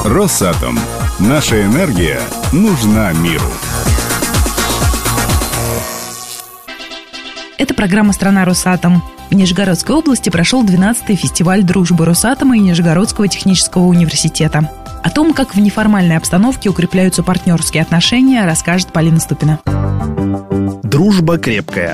Росатом. Наша энергия нужна миру. Это программа «Страна Росатом». В Нижегородской области прошел 12-й фестиваль дружбы Росатома и Нижегородского технического университета. О том, как в неформальной обстановке укрепляются партнерские отношения, расскажет Полина Ступина. Дружба крепкая.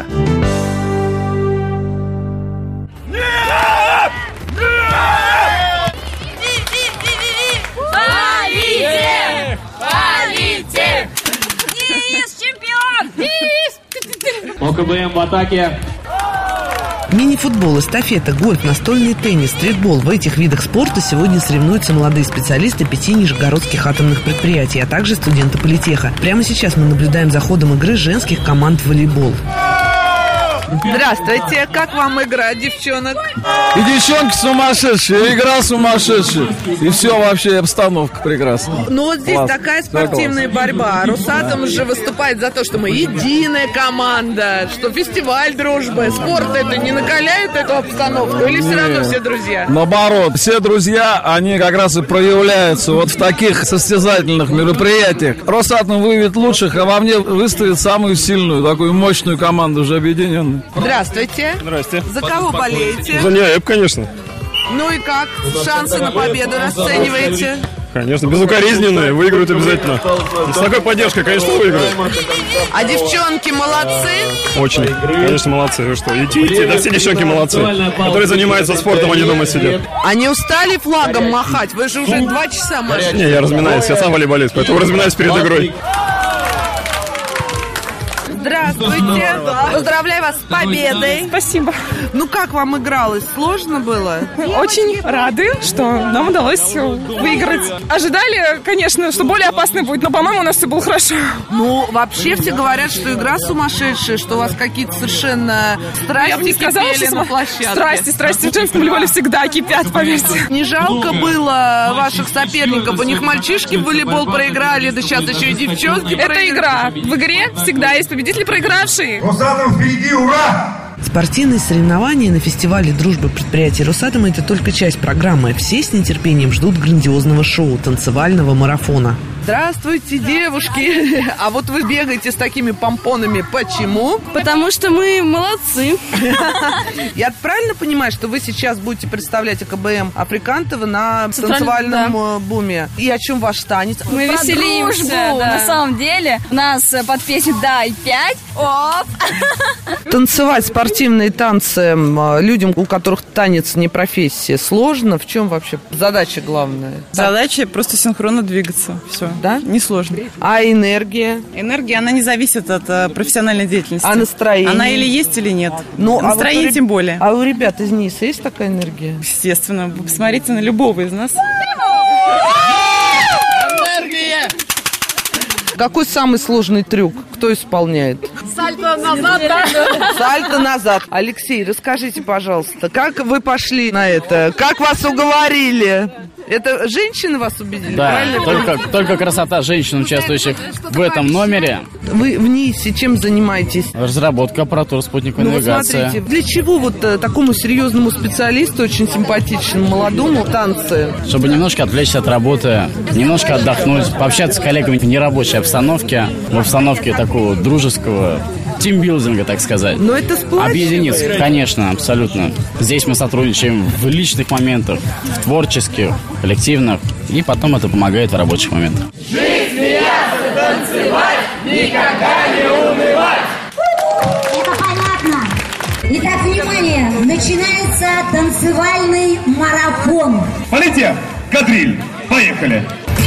ОКБМ в атаке. Мини-футбол, эстафета, гольф, настольный теннис, стритбол. В этих видах спорта сегодня соревнуются молодые специалисты 5 нижегородских атомных предприятий, а также студенты политеха. Прямо сейчас мы наблюдаем за ходом игры женских команд в волейбол. Здравствуйте, как вам игра, девчонок? И девчонки сумасшедшие, игра сумасшедшая. И все вообще, обстановка прекрасная. Ну вот здесь класс. такая спортивная борьба. Росатом же выступает за то, что мы единая команда, что фестиваль дружбы. Спорт это не накаляет эту обстановку? Или все равно все друзья? Наоборот, все друзья, они как раз и проявляются вот в таких состязательных мероприятиях. Росатом выявит лучших, а во мне выставит самую сильную, такую мощную команду уже объединенную. Здравствуйте. Здрасте. За кого болеете? За НИАЭП, конечно. Ну и как? Шансы на победу расцениваете? Конечно, безукоризненные, выиграют обязательно. С такой поддержкой, конечно, выиграют. А девчонки молодцы? Очень, конечно, молодцы. Вы что, идите, да все девчонки молодцы, которые занимаются спортом, они дома сидят. А не устали флагом махать? Вы же уже 2 часа машете. Не, я разминаюсь, я сам волейболист, поэтому разминаюсь перед игрой. Здравствуйте. Поздравляю вас с победой. Спасибо. Ну как вам игралось? Сложно было? Очень рады, что нам удалось выиграть. Ожидали, конечно, что более опасно будет, но, по-моему, у нас все было хорошо. Ну, вообще все говорят, что игра сумасшедшая, что у вас какие-то совершенно страсти кипели на площадке. Страсти. В женском волейболе всегда кипят, поверьте. Не жалко было ваших соперников? У них мальчишки в волейбол проиграли, да сейчас еще и девчонки проиграли. Это игра. В игре всегда есть победители, проигравшие. Росатом впереди, ура! Спортивные соревнования на фестивале дружбы предприятий Росатома – это только часть программы. Все с нетерпением ждут грандиозного шоу, танцевального марафона. Здравствуйте, девушки! А вот вы бегаете с такими помпонами. Почему? Потому что мы молодцы. Я правильно понимаю, что вы сейчас будете представлять АКБМ Африкантова на танцевальном буме? И о чем ваш танец? Мы веселимся, да. На самом деле. У нас под песню «Дай 5». Оп! Танцевать спортивные танцы людям, у которых танец не профессия, сложно? В чем вообще задача главная? Задача просто синхронно двигаться. Все. Да? Несложно. А энергия? Энергия, она не зависит от профессиональной деятельности. А настроение? Она или есть, или нет. Ну, настроение тем более. А у ребят из НИИСа есть такая энергия? Естественно. Вы посмотрите на любого из нас. Энергия! Какой самый сложный трюк? Кто исполняет? Сальто назад, да? Сальто назад. Алексей, расскажите, пожалуйста, как вы пошли на это? Как вас уговорили? Это женщины вас убедили? Да, только красота женщин, участвующих в этом номере. Вы в НИИСе чем занимаетесь? Разработка аппаратуры спутниковой навигации. Смотрите, для чего вот такому серьезному специалисту, очень симпатичному, молодому, танцы? Чтобы немножко отвлечься от работы, немножко отдохнуть, пообщаться с коллегами в нерабочей обстановке, в обстановке такого дружеского тимбилдинга, так сказать. Но это сплачивает. Объединиться, конечно, абсолютно. Здесь мы сотрудничаем в личных моментах, в творческих, коллективных, и потом это помогает в рабочих моментах. Жить, смеяться, танцевать, никогда не унывать! Это понятно. Итак, внимание, начинается танцевальный марафон. Полетев! Кадриль! Поехали!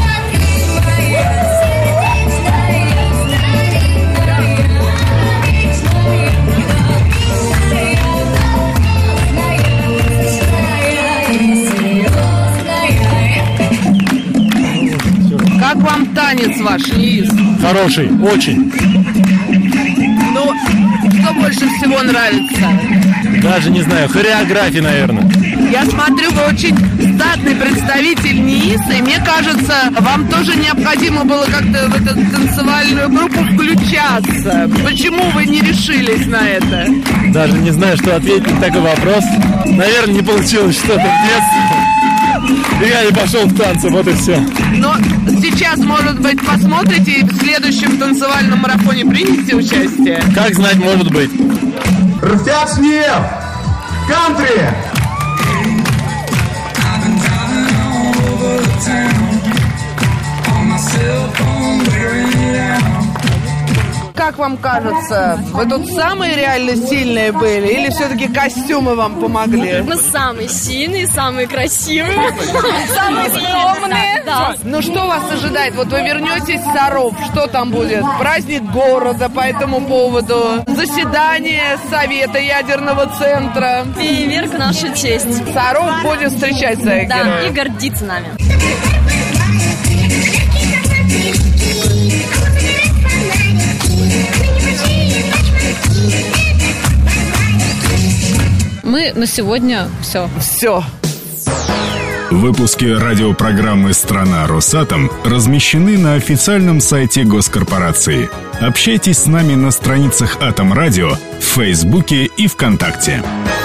Как вам танец ваш, НИИС? Хороший, очень. Ну, что больше всего нравится? Даже не знаю, хореография, наверное. Я смотрю, вы очень статный представитель НИИСа, и мне кажется, вам тоже необходимо было как-то в эту танцевальную группу включаться. Почему вы не решились на это? Даже не знаю, что ответить на такой вопрос. Наверное, не получилось что-то в детстве. И я не пошел в танцы, вот и все. Но сейчас, может быть, посмотрите и в следующем танцевальном марафоне примете участие? Как знать, может быть. Ртяцнев! Кантри! Как вам кажется, вы тут самые реально сильные были? Или все-таки костюмы вам помогли? Мы самые сильные, самые красивые, самые скромные. Да. Ну что вас ожидает? Вот вы вернетесь в Саров, что там будет? Праздник города по этому поводу, заседание Совета ядерного центра. Фейерверк в нашу честь. Саров будет встречать своих героев. Да, и гордиться нами. Мы на сегодня все. Все. Выпуски радиопрограммы «Страна Росатом» размещены на официальном сайте госкорпорации. Общайтесь с нами на страницах Атом Радио в Фейсбуке и ВКонтакте.